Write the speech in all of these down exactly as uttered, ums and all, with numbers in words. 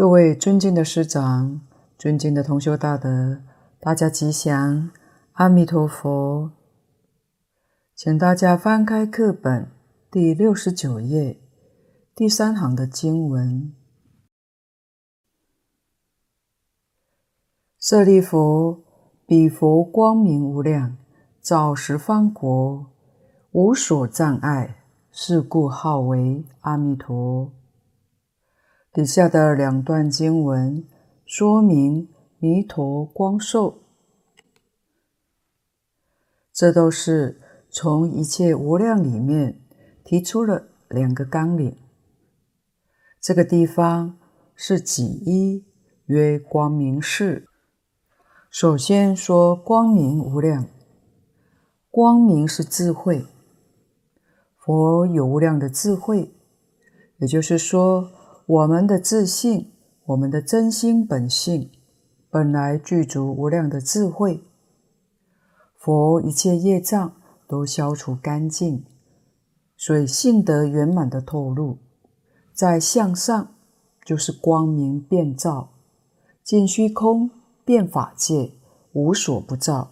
各位尊敬的师长，尊敬的同修大德，大家吉祥，阿弥陀佛。请大家翻开课本第六十九页第三行的经文。舍利弗，彼佛光明无量，照十方国，无所障碍，是故号为阿弥陀。底下的两段经文说明弥陀光寿，这都是从一切无量里面提出了两个纲领。这个地方是己一，曰光明事。首先说光明无量，光明是智慧，佛有无量的智慧，也就是说我们的自性，我们的真心本性本来具足无量的智慧，佛一切业障都消除干净，所以性德圆满的透露，在向上就是光明遍照，尽虚空遍法界，无所不照。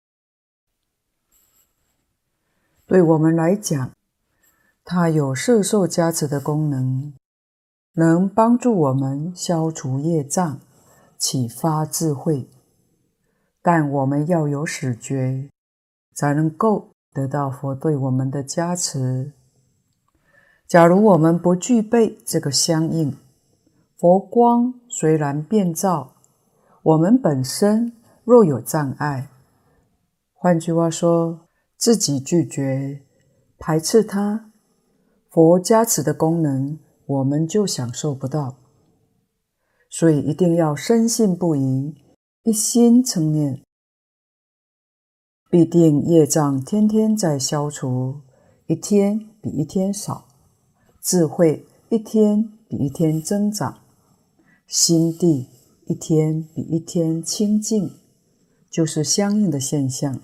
对我们来讲，它有摄受加持的功能，能帮助我们消除业障，启发智慧。但我们要有始觉，才能够得到佛对我们的加持。假如我们不具备这个相应，佛光虽然遍照，我们本身若有障碍，换句话说，自己拒绝排斥它，佛加持的功能我们就享受不到。所以一定要深信不疑，一心称念，必定业障天天在消除，一天比一天少，智慧一天比一天增长，心地一天比一天清净，就是相应的现象。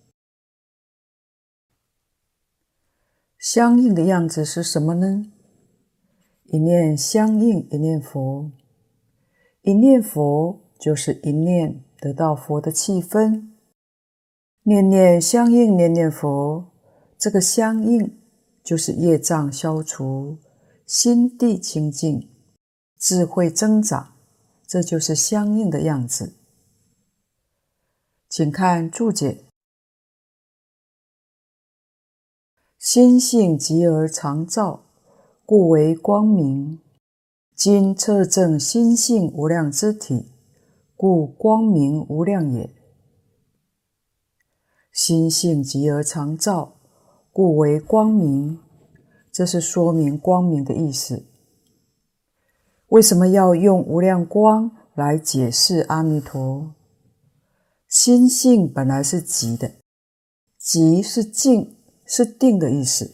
相应的样子是什么呢？一念相应一念佛，一念佛就是一念得到佛的气氛，念念相应念念佛，这个相应就是业障消除，心地清净，智慧增长，这就是相应的样子。请看注解，心性极而常照，故为光明。今测证心性无量之体，故光明无量也。心性极而常照，故为光明，这是说明光明的意思。为什么要用无量光来解释阿弥陀？心性本来是极的，极是静，是定的意思。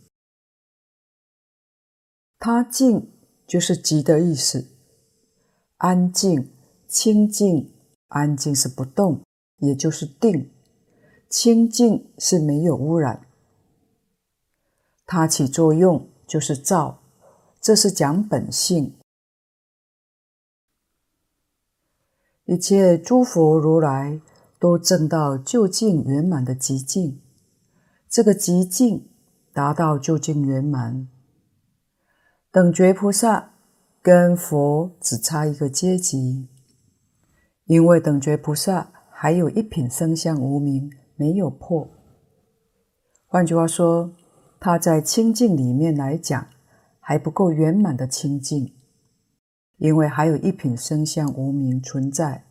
它静就是极的意思，安静、清净，安静是不动，也就是定，清净是没有污染。它起作用就是照，这是讲本性。一切诸佛如来都证到究竟圆满的极境，这个极境达到究竟圆满。等觉菩萨跟佛只差一个阶级，因为等觉菩萨还有一品生相无明没有破。换句话说，他在清净里面来讲还不够圆满的清净，因为还有一品生相无明存在。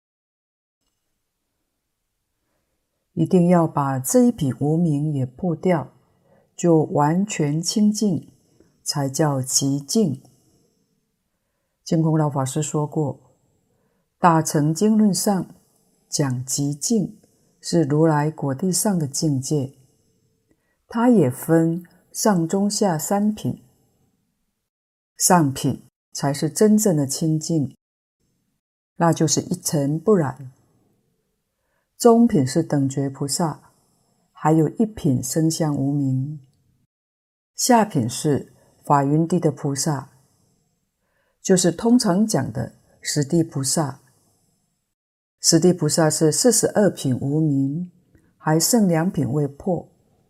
一定要把这一品无明也破掉，就完全清净，才叫极净。净空老法师说过，大乘经论上讲极净是如来果地上的境界，它也分上中下三品，上品才是真正的清净，那就是一尘不染。中品是等觉菩萨，还有一品生相无明。下品是法云地的菩萨。 就是通常讲的十地菩萨。十地菩萨是四十二品无明，还剩两品未破。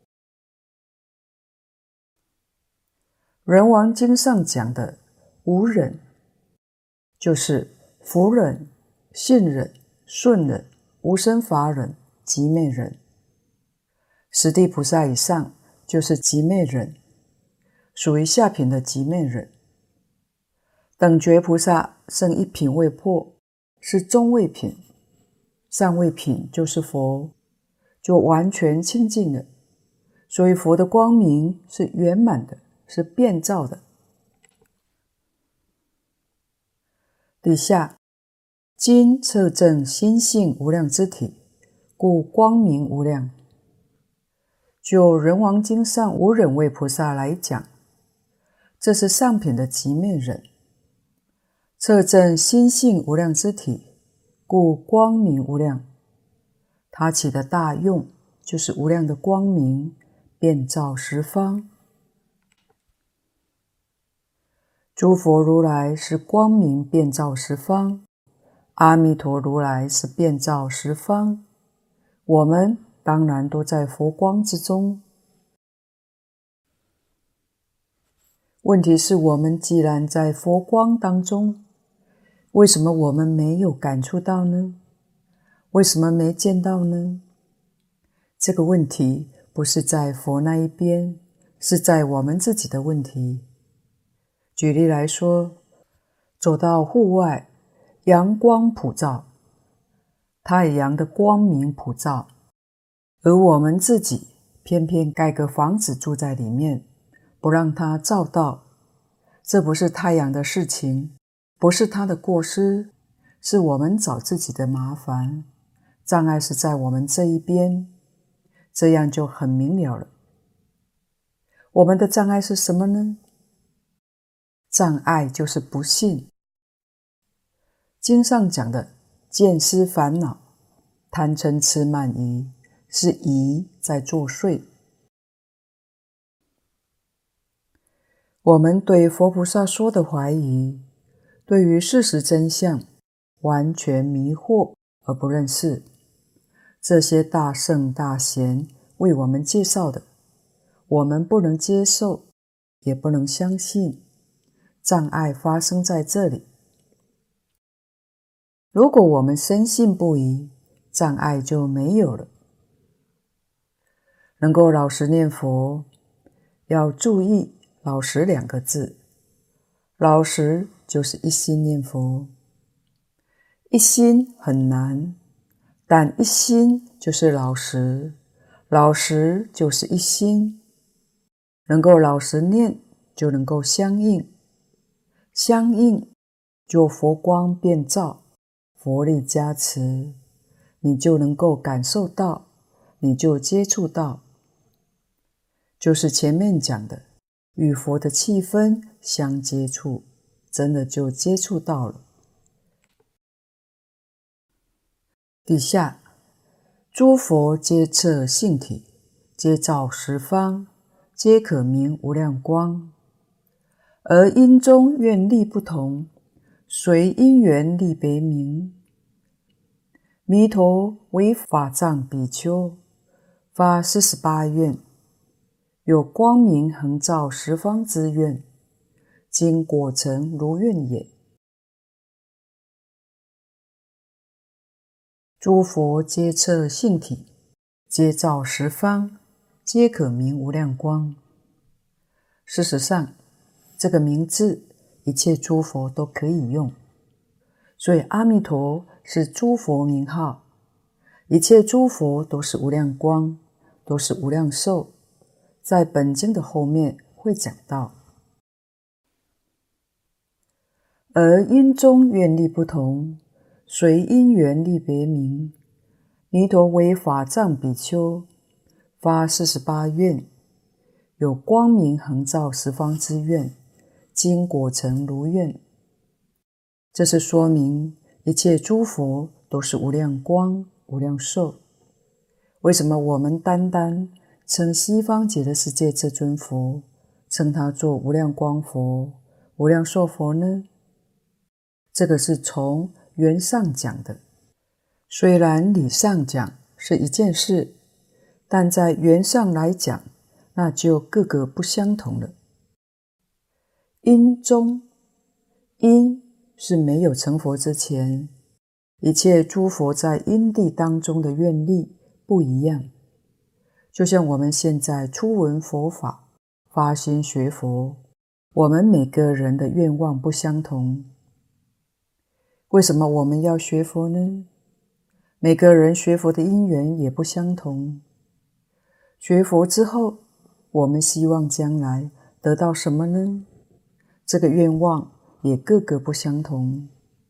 人王经上讲的无忍，就是福忍、信忍、顺忍、无生法忍、寂灭忍。十地菩萨以上就是寂灭忍，属于下品的寂灭忍。等觉菩萨剩一品未破，是中位品。上位品就是佛，就完全清净了。所以佛的光明是圆满的，是遍照的。底下今测证心性无量之体，故光明无量。就人王经上无忍位菩萨来讲，这是上品的寂灭忍。测证心性无量之体，故光明无量。它起的大用就是无量的光明，遍照十方。诸佛如来是光明遍照十方，阿弥陀如来是遍照十方，我们当然都在佛光之中。问题是我们既然在佛光当中，为什么我们没有感触到呢？为什么没见到呢？这个问题不是在佛那一边，是在我们自己的问题。举例来说，走到户外，阳光普照，太阳的光明普照，而我们自己偏偏盖个房子住在里面，不让它照到。这不是太阳的事情，不是它的过失，是我们找自己的麻烦。障碍是在我们这一边，这样就很明了了。我们的障碍是什么呢？障碍就是不信。经上讲的见思烦恼、贪嗔痴慢疑，是疑在作祟。我们对佛菩萨说的怀疑，对于事实真相完全迷惑而不认识。这些大圣大贤为我们介绍的，我们不能接受，也不能相信，障碍发生在这里。如果我们深信不疑，障碍就没有了。能够老实念佛，要注意老实两个字。老实就是一心念佛。一心很难，但一心就是老实，老实就是一心。能够老实念，就能够相应，相应就佛光遍照，佛力加持，你就能够感受到，你就接触到。就是前面讲的，与佛的气氛相接触，真的就接触到了。底下诸佛皆测性体，皆照十方，皆可名无量光。而因中愿力不同，随因缘力别名。弥陀为法藏比丘，发四十八愿，有光明恒照十方之愿，今果成如愿也。诸佛皆测性体，皆照十方，皆可名无量光。事实上，这个名字一切诸佛都可以用，所以阿弥陀是诸佛名号，一切诸佛都是无量光，都是无量寿，在本经的后面会讲到。而因中愿力不同，随因缘力别名。弥陀为法藏比丘，发四十八愿，有光明恒照十方之愿，今果成如愿。这是说明一切诸佛都是无量光、无量寿。为什么我们单单称西方极乐世界这尊佛，称他做无量光佛、无量寿佛呢？ 这个是从缘上讲的。虽然理上讲是一件事，但在缘上来讲，那就各个不相同了。因中，因是没有成佛之前，一切诸佛在因地当中的愿力不一样。就像我们现在初闻佛法，发心学佛，我们每个人的愿望不相同。为什么我们要学佛呢？每个人学佛的因缘也不相同。学佛之后，我们希望将来得到什么呢？这个愿望也各个不相同。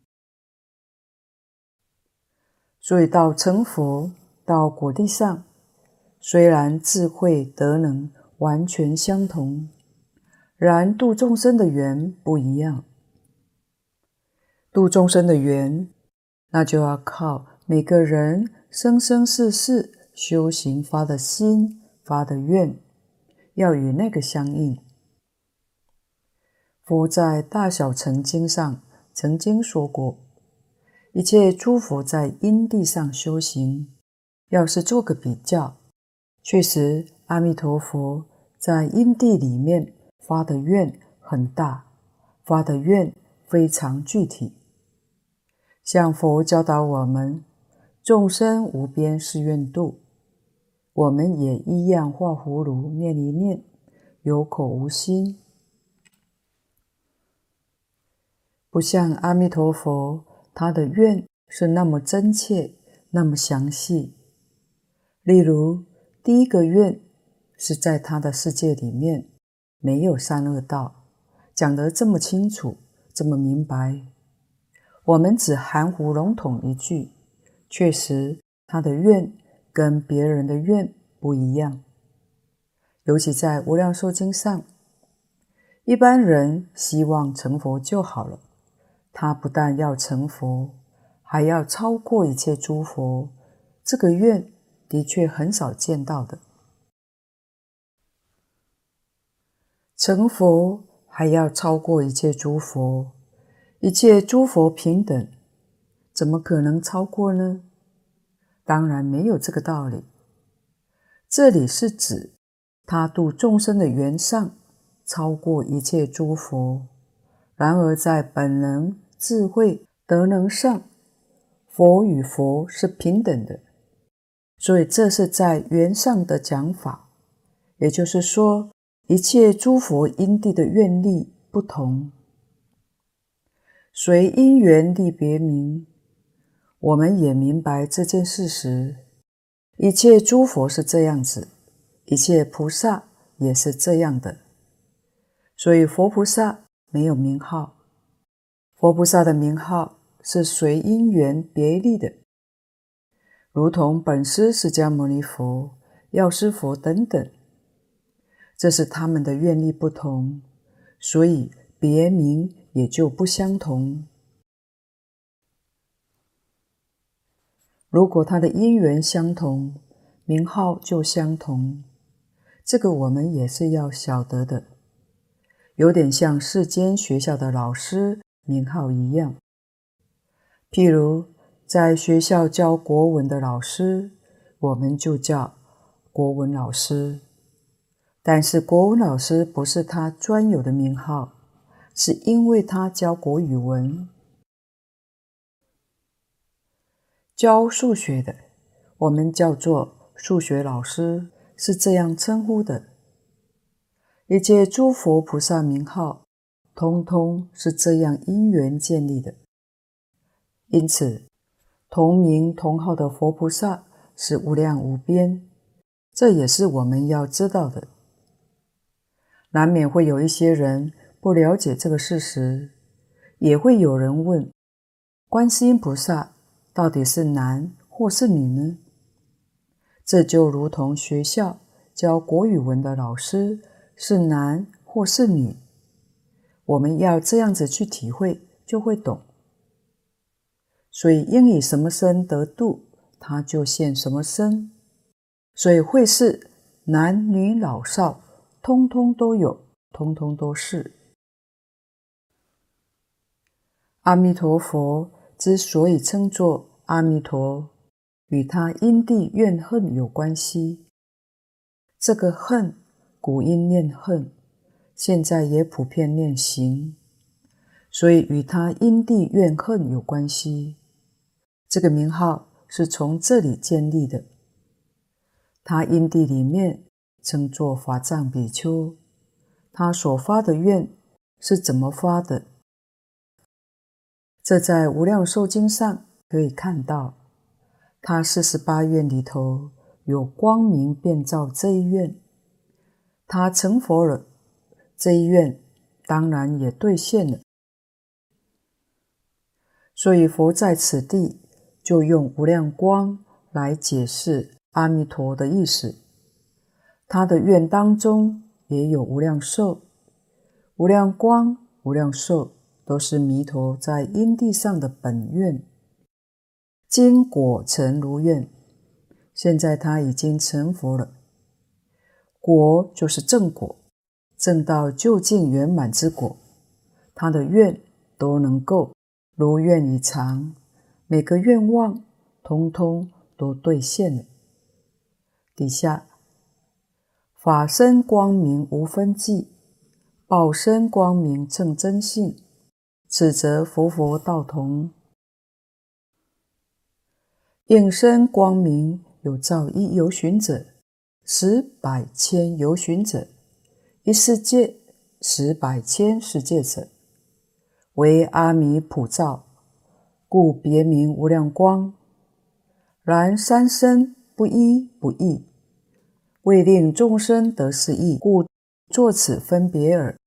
所以到成佛，到果地上，虽然智慧德能完全相同，然度众生的缘不一样。度众生的缘，那就要靠每个人生生世世修行发的心、发的愿，要与那个相应。佛在《大小乘经》上曾经说过，一切诸佛在因地上修行，要是做个比较，确实阿弥陀佛在因地里面发的愿很大，发的愿非常具体。像佛教导我们众生无边誓愿度，我们也一样画葫芦念一念，有口无心。不像阿弥陀佛，他的愿是那么真切，那么详细。例如第一个愿是在他的世界里面没有三恶道，讲得这么清楚，这么明白。我们只含糊笼统一句，确实他的愿跟别人的愿不一样。尤其在无量寿经上，一般人希望成佛就好了，他不但要成佛，还要超过一切诸佛，这个愿的确很少见到的。成佛还要超过一切诸佛，一切诸佛平等，怎么可能超过呢？当然没有这个道理。这里是指他度众生的缘上超过一切诸佛，然而在本能、智慧、德能上，佛与佛是平等的，所以这是在缘上的讲法。也就是说，一切诸佛因地的愿力不同，随因缘力别名。我们也明白这件事实，一切诸佛是这样子，一切菩萨也是这样的。所以佛菩萨没有名号，佛菩萨的名号是随因缘别立的，如同本师释迦牟尼佛、药师佛等等，这是他们的愿力不同，所以别名也就不相同。如果他的因缘相同，名号就相同，这个我们也是要晓得的。有点像世间学校的老师名号一样。譬如在学校教国文的老师，我们就叫国文老师，但是国文老师不是他专有的名号，是因为他教国语文。教数学的，我们叫做数学老师，是这样称呼的。一切诸佛菩萨名号，通通是这样因缘建立的。因此，同名同号的佛菩萨是无量无边，这也是我们要知道的。难免会有一些人不了解这个事实，也会有人问，观世音菩萨到底是男或是女呢？这就如同学校教国语文的老师是男或是女，我们要这样子去体会，就会懂。所以应以什么身得度，他就现什么身，所以会是男女老少通通都有，通通都是。 阿弥陀佛之所以称作阿弥陀，与他因地怨恨有关系。这个恨，古因念恨，现在也普遍念行，所以与他因地怨恨有关系。这个名号是从这里建立的。他因地里面称作法藏比丘，他所发的愿是怎么发的？这在无量寿经上可以看到，他四十八愿里头有光明遍照这一愿，他成佛了，这一愿当然也兑现了。所以佛在此地就用无量光来解释阿弥陀的意思。他的愿当中也有无量寿，无量光、无量寿都是弥陀在因地上的本愿。今果成如愿，现在他已经成佛了。果就是正果，正到究竟圆满之果，他的愿都能够如愿以偿，每个愿望通通都兑现了。底下法身光明无分际，报身光明称真性，此则佛佛道同。应身光明有照一游巡者，十百千游巡者，一世界十百千世界者，为阿弥普照，故别名无量光。然三身不一不异，为令众生得是义，故作此分别耳。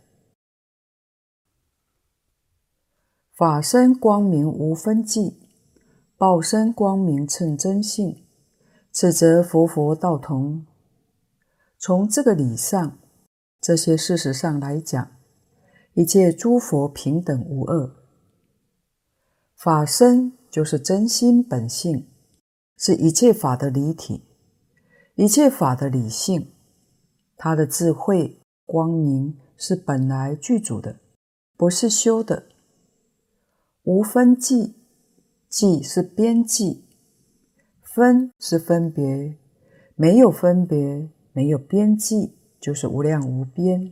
法身光明无分际，报身光明称真性，此则佛佛道同。从这个理上，这些事实上来讲，一切诸佛平等无二。法身就是真心本性，是一切法的理体，一切法的理性，它的智慧光明是本来具足的，不是修的。无分际，际是边际，分是分别，没有分别，没有边际，就是无量无边。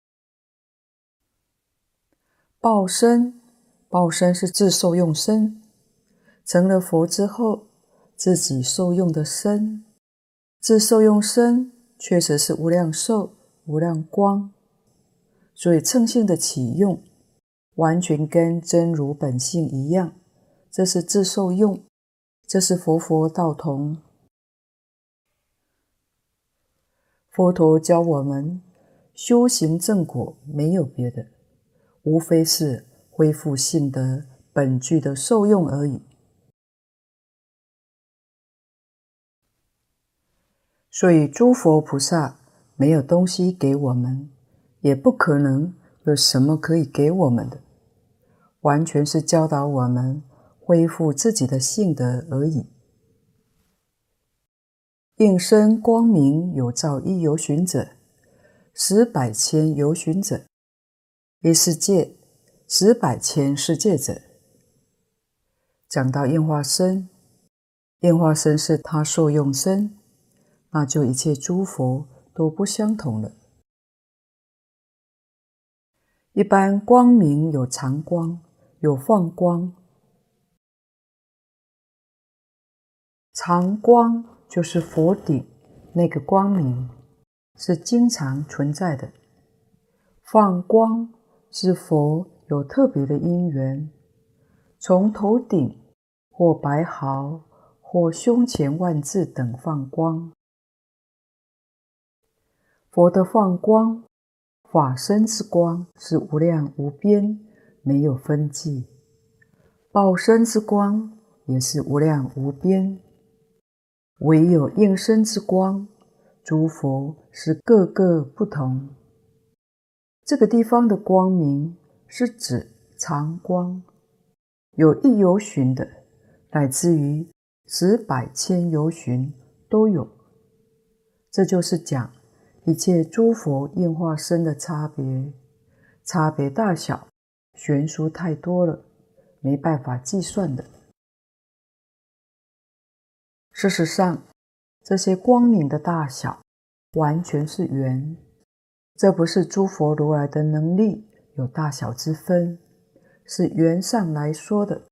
报身，报身是自受用身，成了佛之后自己受用的身，自受用身确实是无量寿、无量光，所以乘性的起用完全跟真如本性一样，这是自受用，这是佛佛道同。佛陀教我们修行正果没有别的，无非是恢复性德本具的受用而已。所以诸佛菩萨没有东西给我们，也不可能有什么可以给我们的，完全是教导我们恢复自己的性德而已。应身光明有照一游巡者，十百千游巡者，一世界十百千世界者。讲到应化身，应化身是他受用身，那就一切诸佛都不相同了。一般光明有常光，有放光。常光就是佛顶那个光明，是经常存在的。放光是佛有特别的因缘，从头顶或白毫或胸前万字等放光。佛的放光，法身之光是无量无边，没有分际；报身之光也是无量无边。唯有应身之光，诸佛是各个不同。这个地方的光明是指常光，有一游巡的，乃至于十百千游巡都有。这就是讲一切诸佛应化身的差别，差别大小悬殊太多了。 没办法计算的。事实上，这些光明的大小完全是缘，这不是诸佛如来的能力有大小之分，是缘上来说的。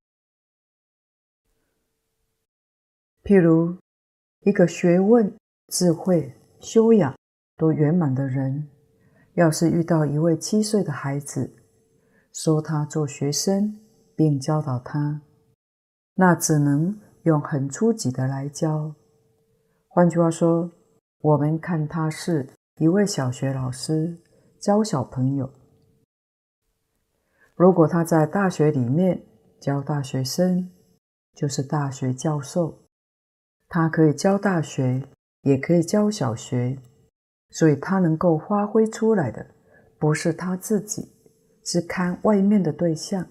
譬如一个学问、智慧、修养都圆满的人，要是遇到一位七岁的孩子，收他做学生并教导他，那只能用很初级的来教。换句话说，我们看他是一位小学老师教小朋友。如果他在大学里面教大学生，就是大学教授，他可以教大学，也可以教小学，所以他能够发挥出来的不是他自己，是看外面的对象。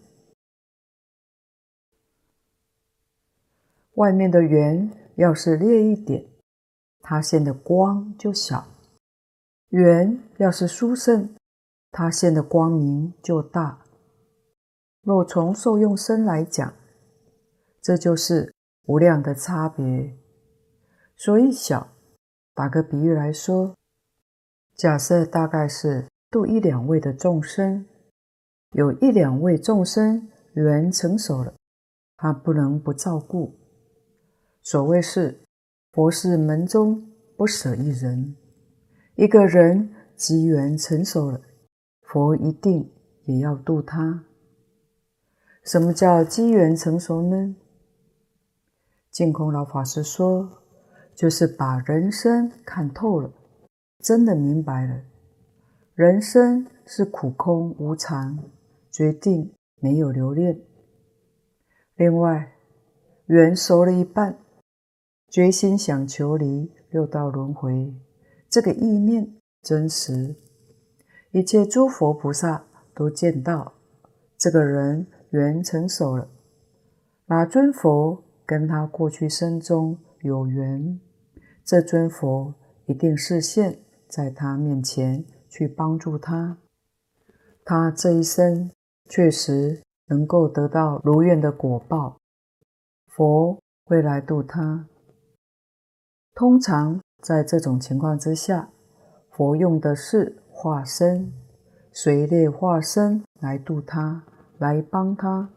外面的圆要是烈一点，它现的光就小；圆要是殊胜，它现的光明就大。若从受用身来讲，这就是无量的差别。所以小，打个比喻来说，假设大概是度一两位的众生，有一两位众生缘成熟了，他不能不照顾。所谓是佛事门中不舍一人，一个人机缘成熟了，佛一定也要度他。什么叫机缘成熟呢？净空老法师说，就是把人生看透了，真的明白了，人生是苦空无常，决定没有留恋。另外，缘熟了一半，决心想求离六道轮回，这个意念真实，一切诸佛菩萨都见到，这个人缘成熟了，哪尊佛跟他过去生中有缘，这尊佛一定示现在他面前去帮助他，他这一生确实能够得到如愿的果报，佛会来度他。通常在这种情况之下，佛用的是化身，随列化身来度他，来帮他。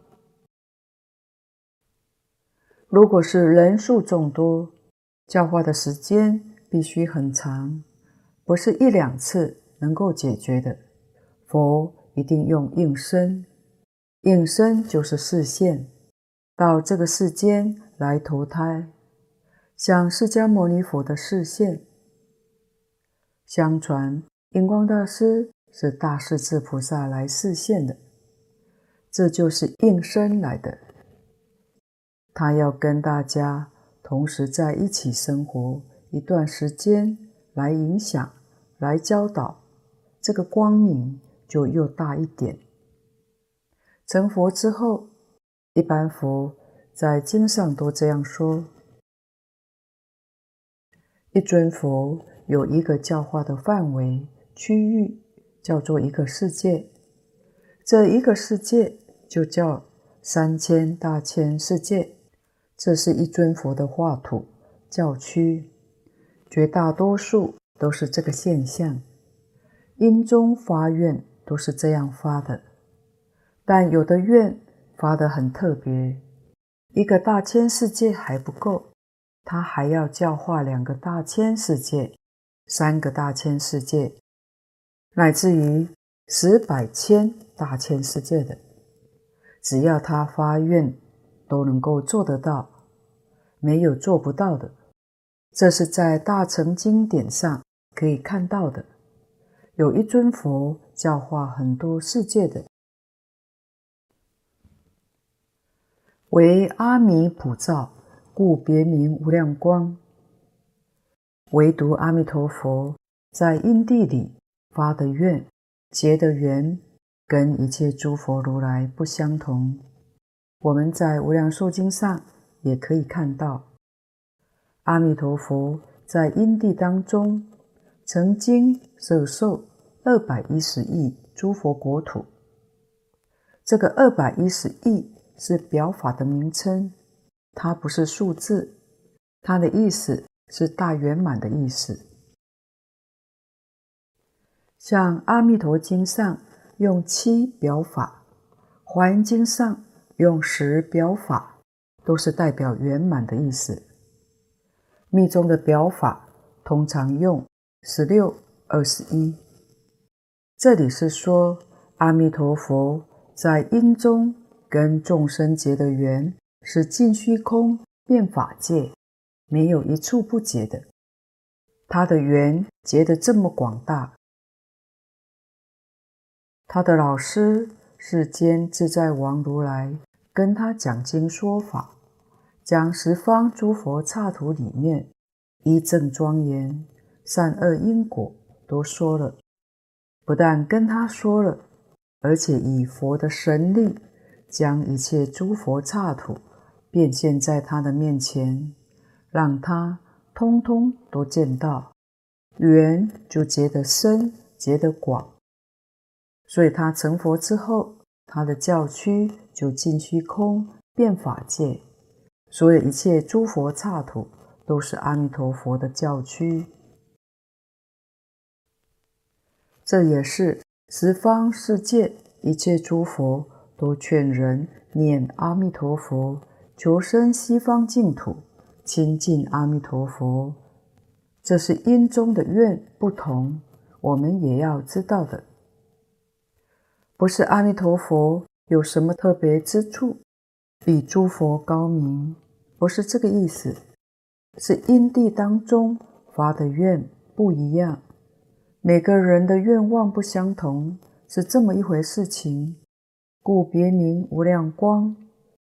如果是人数众多，教化的时间必须很长，不是一两次能够解决的，佛一定用应身。应身就是示现，到这个世间来投胎，像释迦牟尼佛的示现。相传印光大师是大势至菩萨来示现的，这就是应身来的。他要跟大家同时在一起生活一段时间，来影响，来教导，这个光明就又大一点。成佛之后，一般佛在经上都这样说，一尊佛有一个教化的范围区域，叫做一个世界，这一个世界就叫三千大千世界，这是一尊佛的化土教区，绝大多数都是这个现象，因中发愿都是这样发的，但有的愿发得很特别，一个大千世界还不够，他还要教化两个大千世界，三个大千世界，乃至于十百千大千世界的，只要他发愿都能够做得到，没有做不到的。这是在大乘经典上可以看到的，有一尊佛教化很多世界的，为阿弥普照，故别名无量光。唯独阿弥陀佛在因地里发的愿、结的缘，跟一切诸佛如来不相同。我们在无量寿经上也可以看到，阿弥陀佛在因地当中曾经摄受二百一十亿诸佛国土，这个二百一十亿是表法的名称，它不是数字，它的意思是大圆满的意思。像《阿弥陀经》上用七表法，《华严经》上用十表法，都是代表圆满的意思。密宗的表法通常用十六、二十一。这里是说阿弥陀佛在因中跟众生结的缘是尽虚空遍法界，没有一处不结的。他的缘结得这么广大，他的老师世间自在王如来跟他讲经说法，将十方诸佛刹土里面一正庄严、善恶因果都说了。不但跟他说了，而且以佛的神力将一切诸佛刹土变现在他的面前，让他通通都见到，缘就结得深，结得广。所以他成佛之后，他的教区就尽虚空遍法界，所有一切诸佛刹土都是阿弥陀佛的教区。这也是十方世界一切诸佛都劝人念阿弥陀佛，求生西方净土，亲近阿弥陀佛。这是因中的愿不同，我们也要知道的。不是阿弥陀佛有什么特别之处，比诸佛高明，不是这个意思，是因地当中发的愿不一样。每个人的愿望不相同，是这么一回事情，故别名无量光。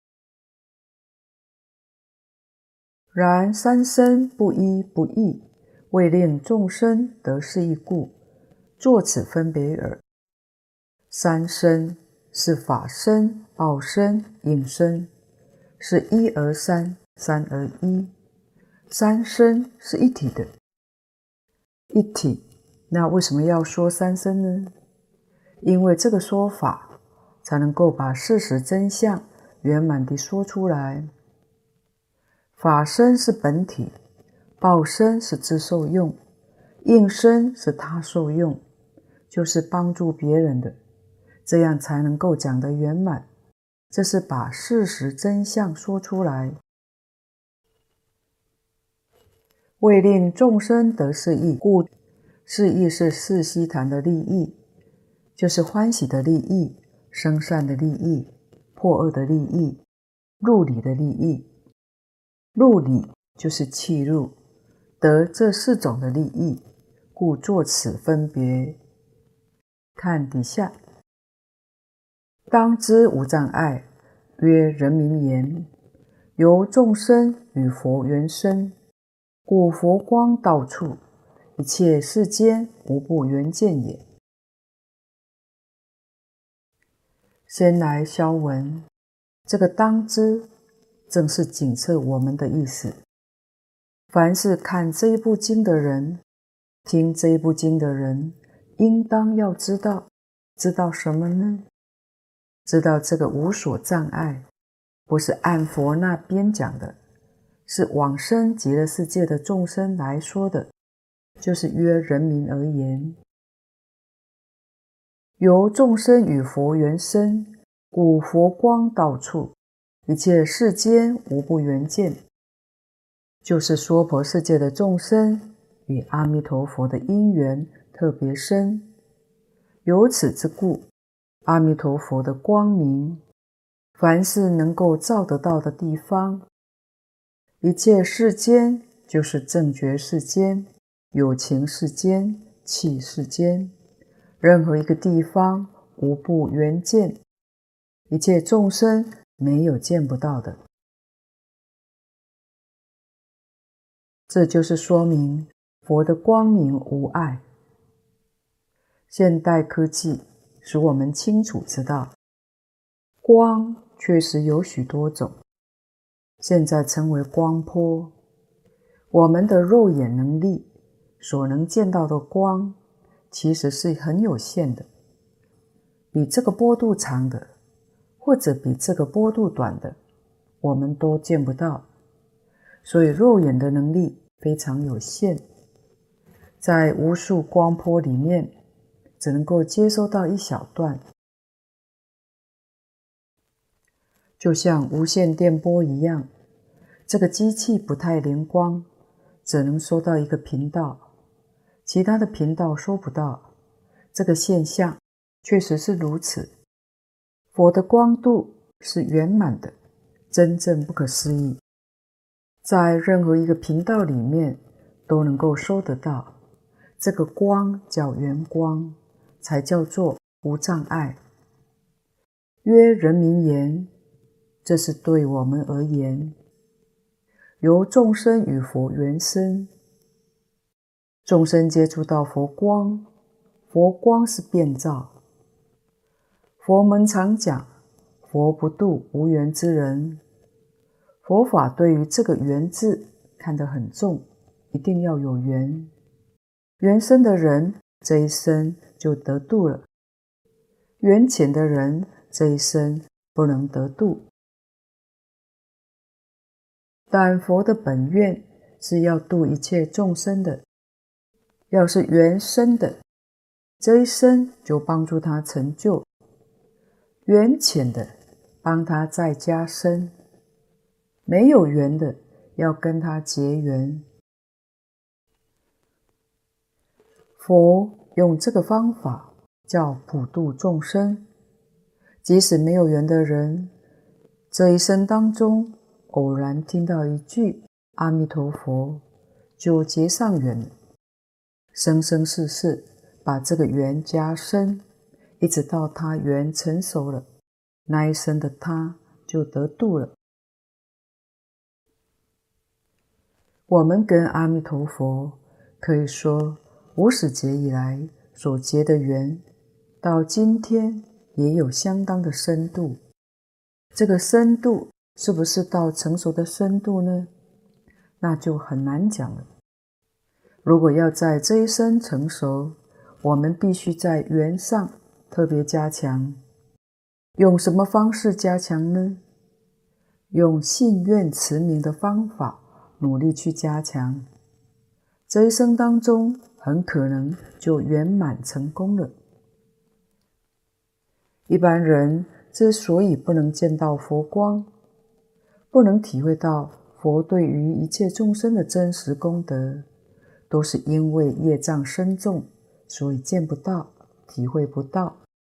然三身不一不异，为令众生得是一故，作此分别耳。三身是法身、报身、应身，是一而三，三而一。三身是一体的，一体。那为什么要说三身呢？因为这个说法才能够把事实真相圆满地说出来。法身是本体，报身是自受用，应身是他受用，就是帮助别人的，这样才能够讲得圆满。这是把事实真相说出来。为令众生得是益，故是益是四悉檀的利益，就是欢喜的利益、生善的利益、破恶的利益、入理的利益。入理就是契入，得这四种的利益，故作此分别。看底下，当知无障碍，曰人民言，由众生与佛缘生，故佛光到处，一切世间无不缘见也。先来消文，这个当知正是警测我们的意思。凡是看这一部经的人，听这一部经的人，应当要知道，知道什么呢？知道这个无所障碍，不是按佛那边讲的，是往生极乐世界的众生来说的，就是约人民而言。由众生与佛缘生，故佛光到处，一切世间无不缘见。就是娑婆世界的众生与阿弥陀佛的因缘特别深，由此之故，阿弥陀佛的光明，凡是能够照得到的地方，一切世间就是正觉世间、有情世间、器世间，任何一个地方无不缘见，一切众生没有见不到的。这就是说明佛的光明无碍。现代科技使我们清楚知道，光确实有许多种，现在称为光波。我们的肉眼能力所能见到的光，其实是很有限的，比这个波度长的， 或者比这个波度短的，我们都见不到。所以肉眼的能力非常有限，在无数光波里面，只能够接收到一小段，就像无线电波一样。这个机器不太灵光，只能收到一个频道，其他的频道收不到。这个现象确实是如此。佛的光度是圆满的，真正不可思议，在任何一个频道里面都能够收得到。这个光叫圆光，才叫做无障碍。曰人民言，这是对我们而言。由众生与佛缘生，众生接触到佛光，佛光是变造。佛门常讲，佛不度无缘之人。佛法对于这个缘字看得很重，一定要有缘。缘深的人，这一生就得度了；缘浅的人，这一生不能得度。但佛的本愿是要度一切众生的，要是缘深的，这一生就帮助他成就；缘浅的，帮他再加深；没有缘的，要跟他结缘。佛用这个方法叫普度众生，即使没有缘的人，这一生当中偶然听到一句阿弥陀佛，就结上缘了，生生世世把这个缘加深，一直到他缘成熟了，那一生的他就得度了。我们跟阿弥陀佛可以说无始劫以来所结的缘，到今天也有相当的深度。这个深度是不是到成熟的深度呢？那就很难讲了。如果要在这一生成熟，我们必须在缘上特别加强。用什么方式加强呢？用信愿持名的方法努力去加强。这一生当中很可能就圆满成功了。一般人之所以不能见到佛光，不能体会到佛对于一切众生的真实功德，都是因为业障深重，所以见不到，体会不到。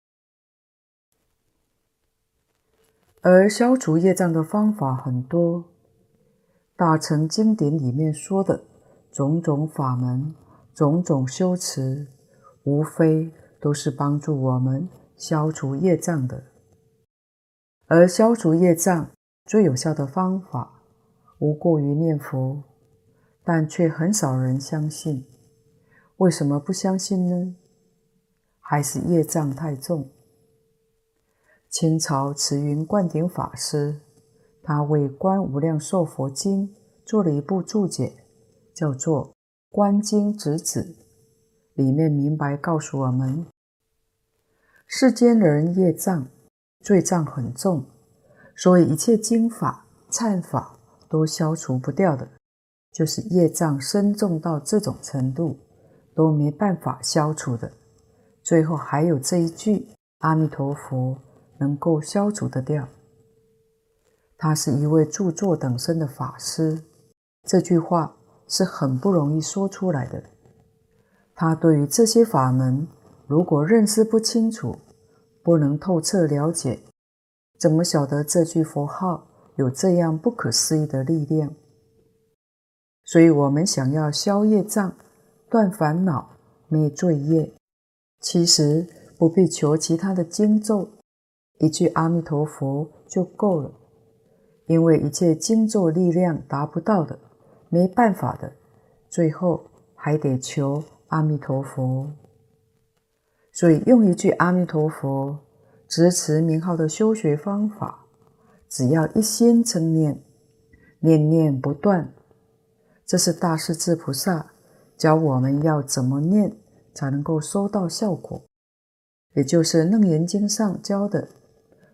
而消除业障的方法很多，大乘经典里面说的种种法门、种种修持，无非都是帮助我们消除业障的。而消除业障最有效的方法，无过于念佛，但却很少人相信。为什么不相信呢？还是业障太重。清朝慈云灌顶法师，他为《观无量寿佛经》做了一部注解，叫做《观经直指》，里面明白告诉我们，世间人业障罪障很重，所以一切经法、忏法都消除不掉的，就是业障深重到这种程度，都没办法消除的。最后还有这一句阿弥陀佛能够消除得掉。他是一位著作等身的法师，这句话是很不容易说出来的。他对于这些法门如果认识不清楚，不能透彻了解，怎么晓得这句佛号有这样不可思议的力量？所以我们想要消业障、断烦恼、灭罪业，其实不必求其他的经咒，一句阿弥陀佛就够了。因为一切经咒力量达不到的，没办法的，最后还得求阿弥陀佛。所以用一句阿弥陀佛直持名号的修学方法，只要一心称念，念念不断，这是大势至菩萨教我们要怎么念才能够收到效果，也就是《楞严经》上教的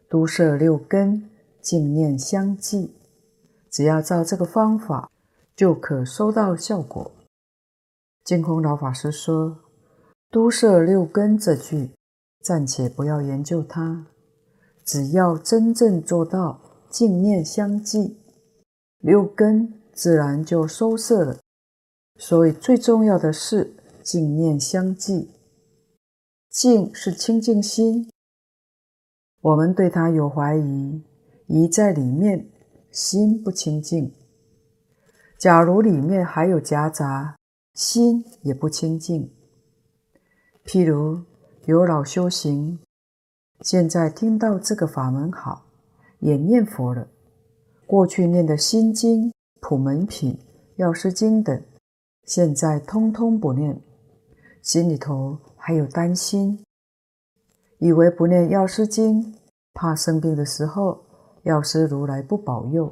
都摄六根，净念相继。只要照这个方法，就可收到效果。净空老法师说，都摄六根这句，暂且不要研究它，只要真正做到净念相继，六根自然就收摄了。所以最重要的是净念相继。净是清净心，我们对它有怀疑，疑在里面，心不清净。假如里面还有夹杂，心也不清净。譬如有老修行，现在听到这个法门好，也念佛了，过去念的心经、普门品、药师经等，现在通通不念，心里头还有担心，以为不念药师经，怕生病的时候药师如来不保佑。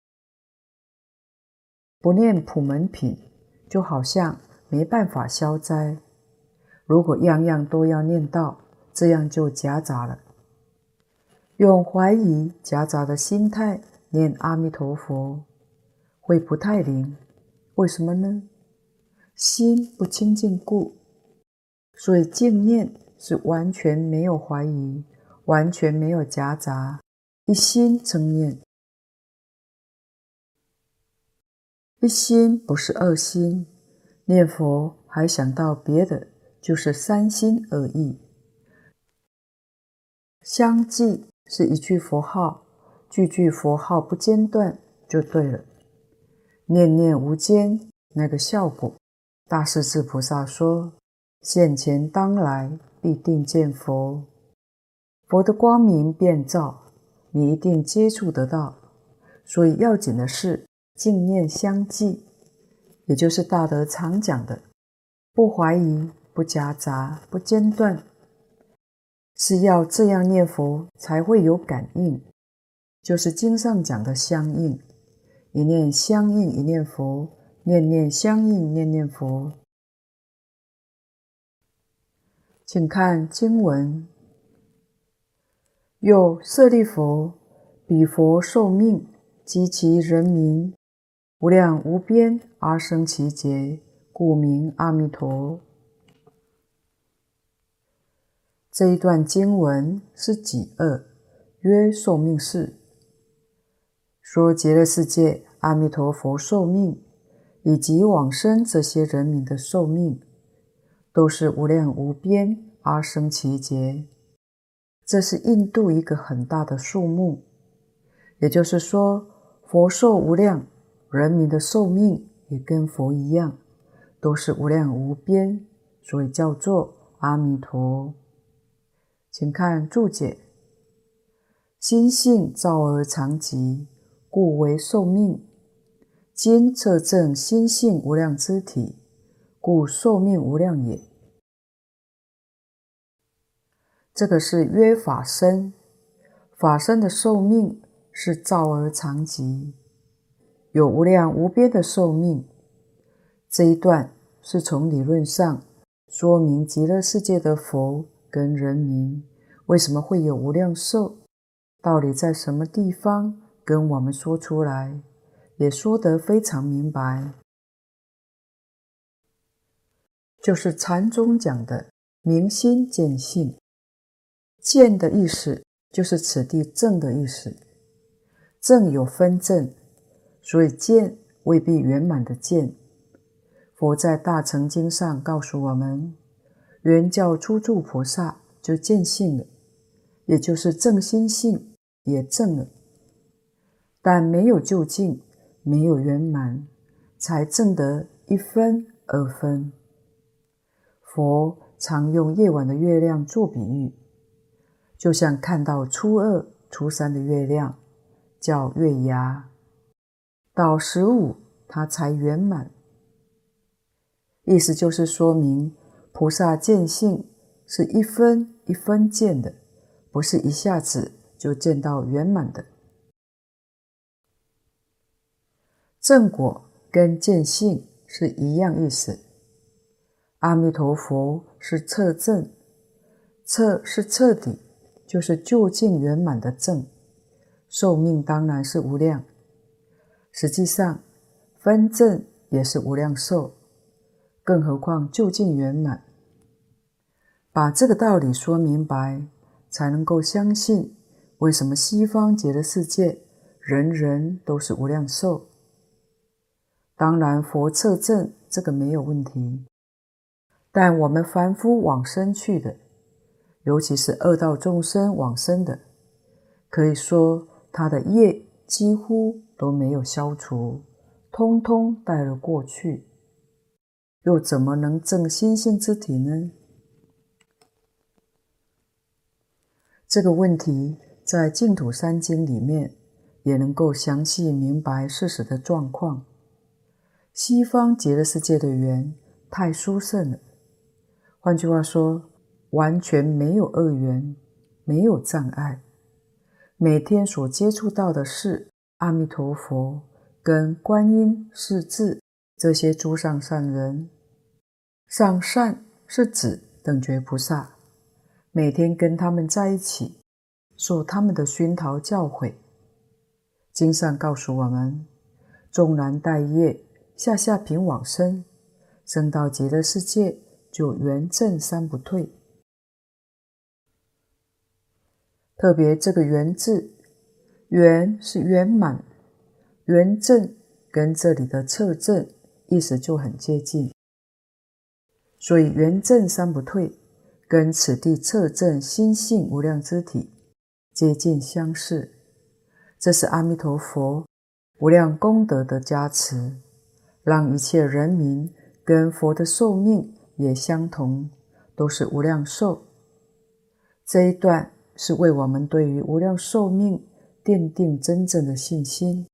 不念普门品，就好像没办法消灾。如果样样都要念到，这样就夹杂了。用怀疑夹杂的心态念阿弥陀佛，会不太灵。为什么呢？心不清净故。所以净念是完全没有怀疑，完全没有夹杂，一心称念。一心不是二心，念佛还想到别的，就是三心二意。相继是一句佛号，句句佛号不间断就对了。念念无间，那个效果，大势至菩萨说，现前当来必定见佛，佛的光明遍照，你一定接触得到。所以要紧的是净念相继，也就是大德常讲的，不怀疑，不夹杂，不间断，是要这样念佛才会有感应，就是经上讲的相应，一念相应一念佛，念念相应念念佛。请看经文，又舍利弗，彼佛寿命及其人民无量无边而生其劫，故名阿弥陀。这一段经文是己二，曰寿命事，说极乐世界阿弥陀佛寿命以及往生这些人民的寿命，都是无量无边而生其劫。这是印度一个很大的数目，也就是说佛寿无量，人民的寿命也跟佛一样，都是无量无边，所以叫做阿弥陀。请看注解，心性造而常寂，故为寿命。今测证心性无量之体，故寿命无量也。这个是约法身，法身的寿命是造而常寂，有无量无边的寿命。这一段是从理论上说明极乐世界的佛跟人民为什么会有无量寿，道理在什么地方，跟我们说出来，也说得非常明白。就是禅宗讲的明心见性，见的意思就是此地正的意思，正有分正，所以见未必圆满的见。佛在大乘经上告诉我们，原教初住菩萨就见性了，也就是正心性也正了，但没有究竟，没有圆满，才证得一分二分。佛常用夜晚的月亮做比喻，就像看到初二、初三的月亮，叫月牙，到十五它才圆满。意思就是说明菩萨见性是一分一分见的，不是一下子就见到圆满的。正果跟见性是一样意思。阿弥陀佛是彻证，彻是彻底， 就是究竟圆满的正，寿命当然是无量。实际上，分正也是无量寿，更何况究竟圆满。把这个道理说明白，才能够相信为什么西方极乐世界人人都是无量寿。当然佛测证这个没有问题，但我们凡夫往生去的，尤其是恶道众生往生的，可以说他的业几乎都没有消除，通通带了过去，又怎么能证心性之体呢？这个问题在净土三经里面也能够详细明白事实的状况。西方极乐世界的缘太殊胜了，换句话说，完全没有恶缘，没有障碍。每天所接触到的是阿弥陀佛跟观音、势至这些诸上善人。上善是指等觉菩萨，每天跟他们在一起，受他们的熏陶教诲。经上告诉我们，纵然带业下下品往生，生到极乐世界就圆正三不退。特别这个圆字，圆是圆满，圆正跟这里的测正意思就很接近，所以圆正三不退跟此地测正心性无量之体接近相似。这是阿弥陀佛无量功德的加持，让一切人民跟佛的寿命也相同，都是无量寿。这一段是为我们对于无量寿命奠定真正的信心。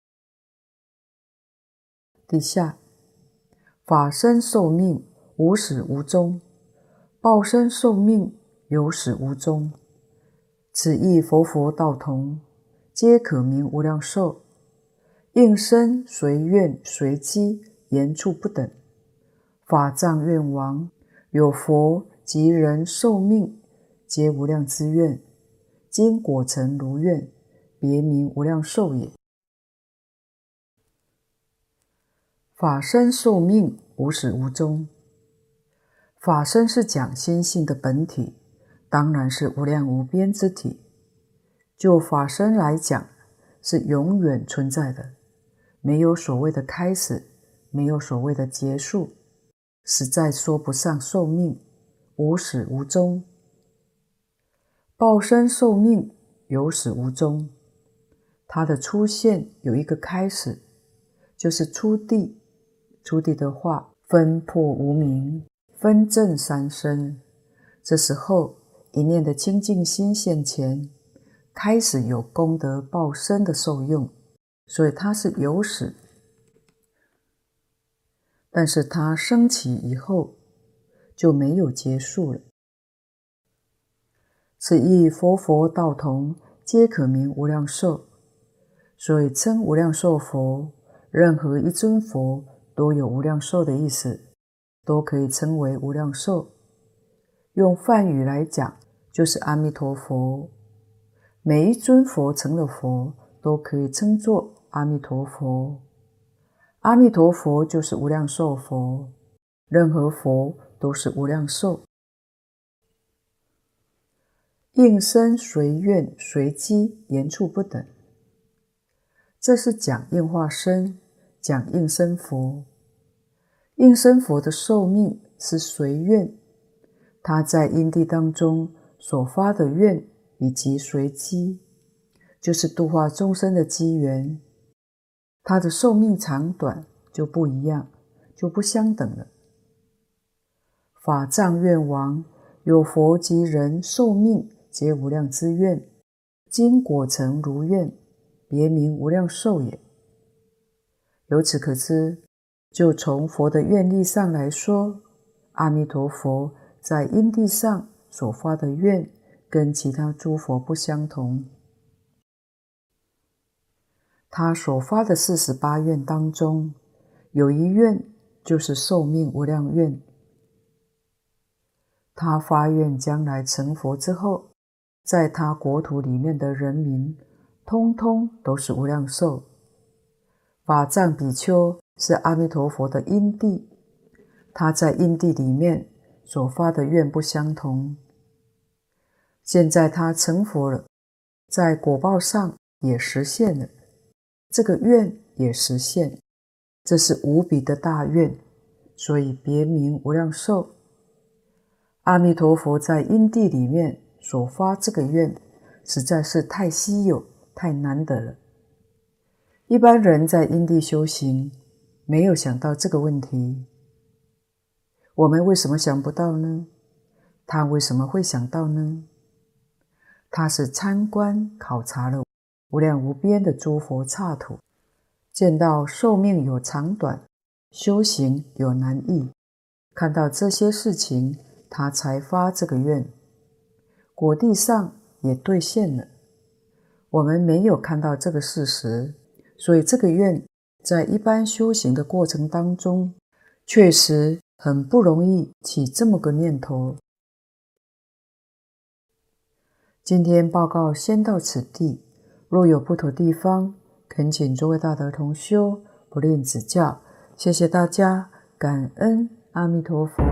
底下，法身寿命无始无终，报身寿命有始无终，此意佛佛道同，皆可名无量寿。应身随愿随机，言处不等。法藏愿王，有佛及人寿命，皆无量之愿，今果成如愿，别名无量寿也。法身寿命无始无终，法身是讲心性的本体，当然是无量无边之体。就法身来讲，是永远存在的，没有所谓的开始，没有所谓的结束，实在说不上寿命，无始无终。报身寿命有始无终，它的出现有一个开始，就是初地。初地的话，分破无明，分正三身。这时候，一念的清净心现前，开始有功德报身的受用，所以它是有始。但是它升起以后，就没有结束了。此意佛佛道同，皆可名无量寿。所以称无量寿佛，任何一尊佛都有无量寿的意思，都可以称为无量寿。用梵语来讲，就是阿弥陀佛。每一尊佛成了佛，都可以称作阿弥陀佛。阿弥陀佛就是无量寿佛，任何佛都是无量寿。应身随愿随机，言处不等。这是讲应化身，讲应身佛。应身佛的寿命是随愿，他在因地当中所发的愿以及随机，就是度化众生的机缘，他的寿命长短就不一样，就不相等了。法藏愿王，有佛及人寿命，皆无量之愿，今果成如愿，别名无量寿也。由此可知，就从佛的愿力上来说，阿弥陀佛在因地上所发的愿，跟其他诸佛不相同。他所发的四十八愿当中，有一愿就是寿命无量愿。他发愿将来成佛之后， 在他国土里面的人民，通通都是无量寿。法藏比丘是阿弥陀佛的因地，他在因地里面所发的愿不相同。现在他成佛了，在果报上也实现了，这个愿也实现，这是无比的大愿，所以别名无量寿。阿弥陀佛在因地里面所发这个愿，实在是太稀有、太难得了。一般人在因地修行，没有想到这个问题。我们为什么想不到呢？他为什么会想到呢？他是参观考察了无量无边的诸佛刹土，见到寿命有长短，修行有难易，看到这些事情，他才发这个愿，果地上也兑现了。我们没有看到这个事实，所以这个愿在一般修行的过程当中，确实很不容易起这么个念头。今天报告先到此地，若有不妥地方，恳请诸位大德同修不吝指教。谢谢大家，感恩阿弥陀佛。